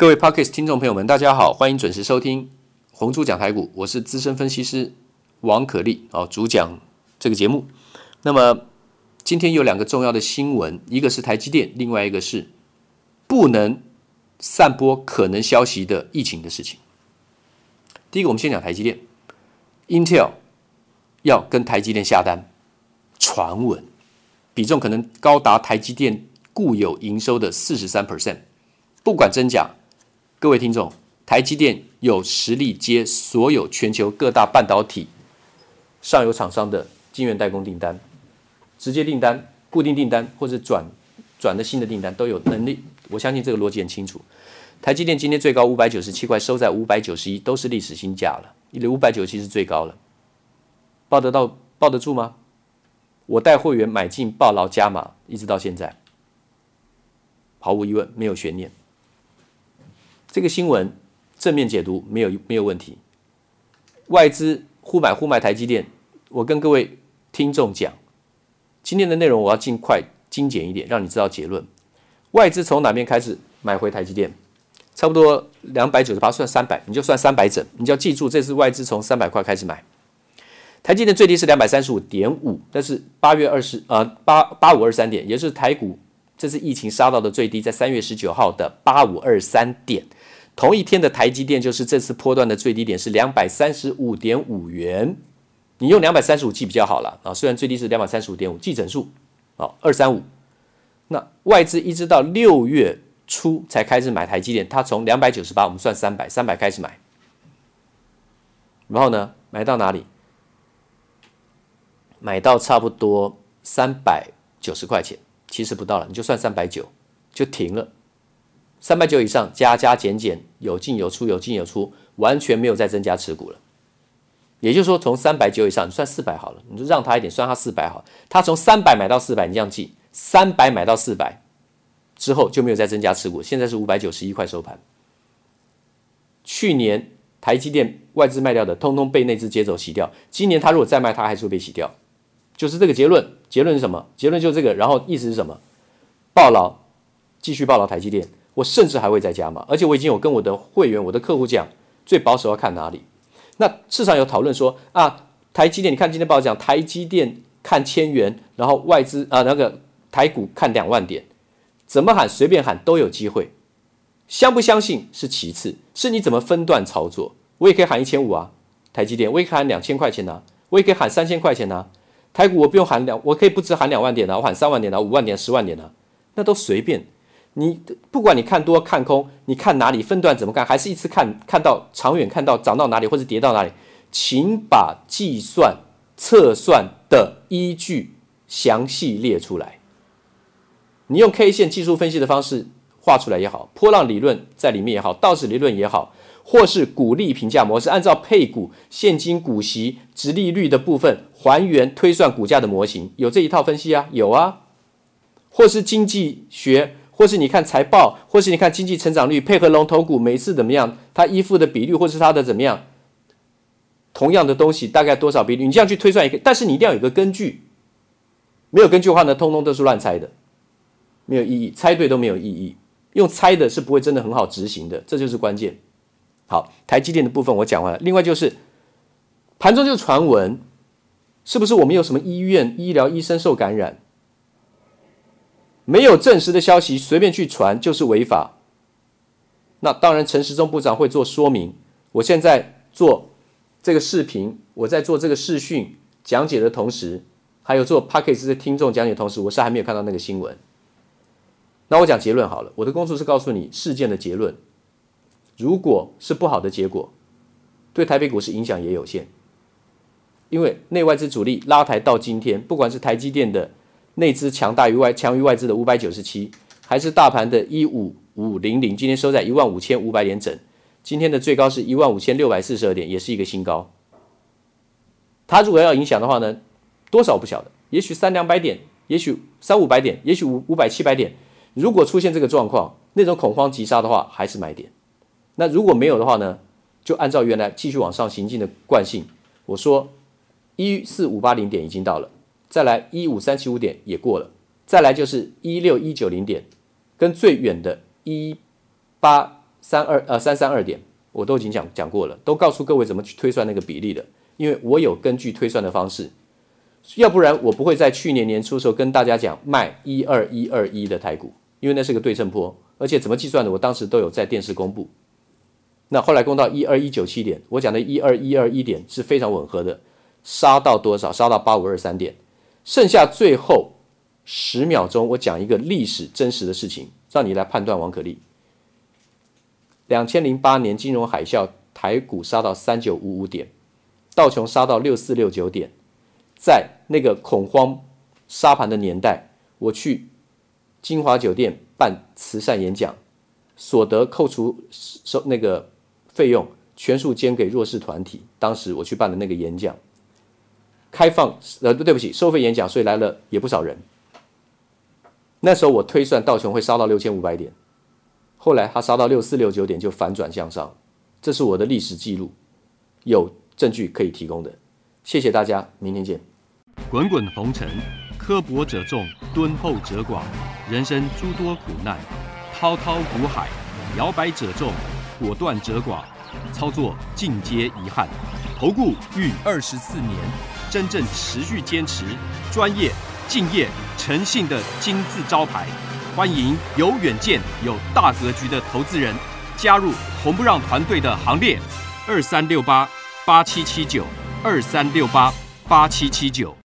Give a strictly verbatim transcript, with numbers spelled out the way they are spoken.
各位 Podcast 听众朋友们，大家好，欢迎准时收听红猪讲台股，我是资深分析师王可立，哦，主讲这个节目。那么今天有两个重要的新闻，一个是台积电，另外一个是不能散播可能消息的疫情的事情。第一个，我们先讲台积电 ，Intel 要跟台积电下单，传闻比重可能高达台积电固有营收的 百分之四十三， 不管真假。各位听众，台积电有实力接所有全球各大半导体上游厂商的晶圆代工订单，直接订单、固定订单或者转转的新的订单都有能力。我相信这个逻辑很清楚。台积电今天最高五百九十七块，收在五百九十一，都是历史新价了。五百九十七是最高了，抱得到抱得住吗？我带会员买进抱牢加码，一直到现在，毫无疑问没有悬念。这个新闻正面解读没有没有问题，外资互买互卖台积电，我跟各位听众讲，今天的内容我要尽快精简一点，让你知道结论。外资从哪边开始买回台积电？差不多两百九十八，算三百，你就算三百整，你就要记住，这是外资从三百块开始买。台积电最低是两百三十五点五，但是八月二十呃八八五二三点，也就是台股这次疫情杀到的最低，在三月十九号的八五二三点。同一天的台积电就是这次波段的最低点是两百三十五点五元，你用两百三十五记比较好了啊，虽然最低是两百三十五点五，记整数啊二三五。那外资一直到六月初才开始买台积电，它从两百九十八，我们算三百，三百开始买，然后呢，买到哪里？买到差不多三百九十块钱，其实不到了，你就算三百九就停了。三百九以上加加减减，有进有出，有进有出，完全没有再增加持股了。也就是说，从三百九以上，你算四百好了，你就让他一点，算他四百好。他从三百买到四百，你这样记，三百买到四百之后就没有再增加持股，现在是五百九十一块收盘。去年台积电外资卖掉的，通通被内资接走洗掉。今年他如果再卖，他还是会被洗掉，就是这个结论。结论是什么？结论就是这个。然后意思是什么？抱牢，继续抱牢台积电。我甚至还会再加码，而且我已经有跟我的会员、我的客户讲，最保守要看哪里。那市场有讨论说啊，台积电，你看今天报讲台积电看千元，然后外资啊那个台股看两万点，怎么喊随便喊都有机会。相不相信是其次，是你怎么分段操作。我也可以喊一千五啊，台积电，我也可以喊两千块钱啊，我也可以喊三千块钱啊。台股我不用喊两，我可以不止喊两万点啊，我喊三万点啊、五万点、十万点啊，那都随便。你不管你看多看空，你看哪里分段怎么看，还是一次看看到长远看到涨到哪里或者跌到哪里，请把计算测算的依据详细列出来。你用 K 线技术分析的方式画出来也好，波浪理论在里面也好，道指理论也好，或是股利评价模式，按照配股、现金股息、殖利率的部分还原推算股价的模型，有这一套分析啊，有啊，或是经济学。或是你看财报，或是你看经济成长率，配合龙头股每次怎么样，它依附的比率，或是它的怎么样，同样的东西大概多少比率，你这样去推算一个，但是你一定要有一个根据，没有根据的话呢，通通都是乱猜的，没有意义，猜对都没有意义，用猜的是不会真的很好执行的，这就是关键。好，台积电的部分我讲完了，另外就是盘中就传闻，是不是我们有什么医院医疗医生受感染？没有证实的消息随便去传就是违法。那当然陈时中部长会做说明，我现在做这个视频，我在做这个视讯讲解的同时，还有做 Podcast 的听众讲解的同时，我是还没有看到那个新闻。那我讲结论好了，我的工作是告诉你事件的结论，如果是不好的结果，对台北股市影响也有限，因为内外资主力拉抬到今天，不管是台积电的内资强大于外强于外资的五百九十七，还是大盘的一五五零零，今天收在一万五千五百点整，今天的最高是一万五千六百四十二点，也是一个新高。它如果要影响的话呢，多少不晓得，也许三两百点，也许三五百点，也许五五百七百点。如果出现这个状况，那种恐慌急杀的话，还是买点。那如果没有的话呢，就按照原来继续往上行进的惯性，我说一四五八零点已经到了。再来一五三七五点也过了，再来就是一六一九零点，跟最远的一八三二呃三三二点，我都已经讲讲过了，都告诉各位怎么去推算那个比例的，因为我有根据推算的方式，要不然我不会在去年年初的时候跟大家讲卖一二一二一的台股，因为那是个对称波，而且怎么计算的，我当时都有在电视公布。那后来攻到一二一九七点，我讲的一二一二一点是非常吻合的，杀到多少？杀到八五二三点，剩下最后十秒钟，我讲一个历史真实的事情，让你来判断王可立。两千零八年金融海啸，台股杀到三九五五点，道琼杀到六四六九点，在那个恐慌杀盘的年代，我去金华酒店办慈善演讲，所得扣除收那个费用，全数捐给弱势团体。当时我去办的那个演讲，开放呃对不起，收费演讲，所以来了也不少人。那时候我推算道琼会杀到六千五百点。后来它杀到六四六九点就反转向上，这是我的历史记录，有证据可以提供的。谢谢大家，明天见。 滚滚红尘，刻薄者众，敦厚者寡；人生诸多苦难，滔滔苦海，摇摆者众，果断者寡。操作尽皆遗憾。投顾逾二十四年，真正持续坚持、专业、敬业、诚信的金字招牌。欢迎有远见、有大格局的投资人加入红不让团队的行列。二三六八八七七九，二三六八八七七九。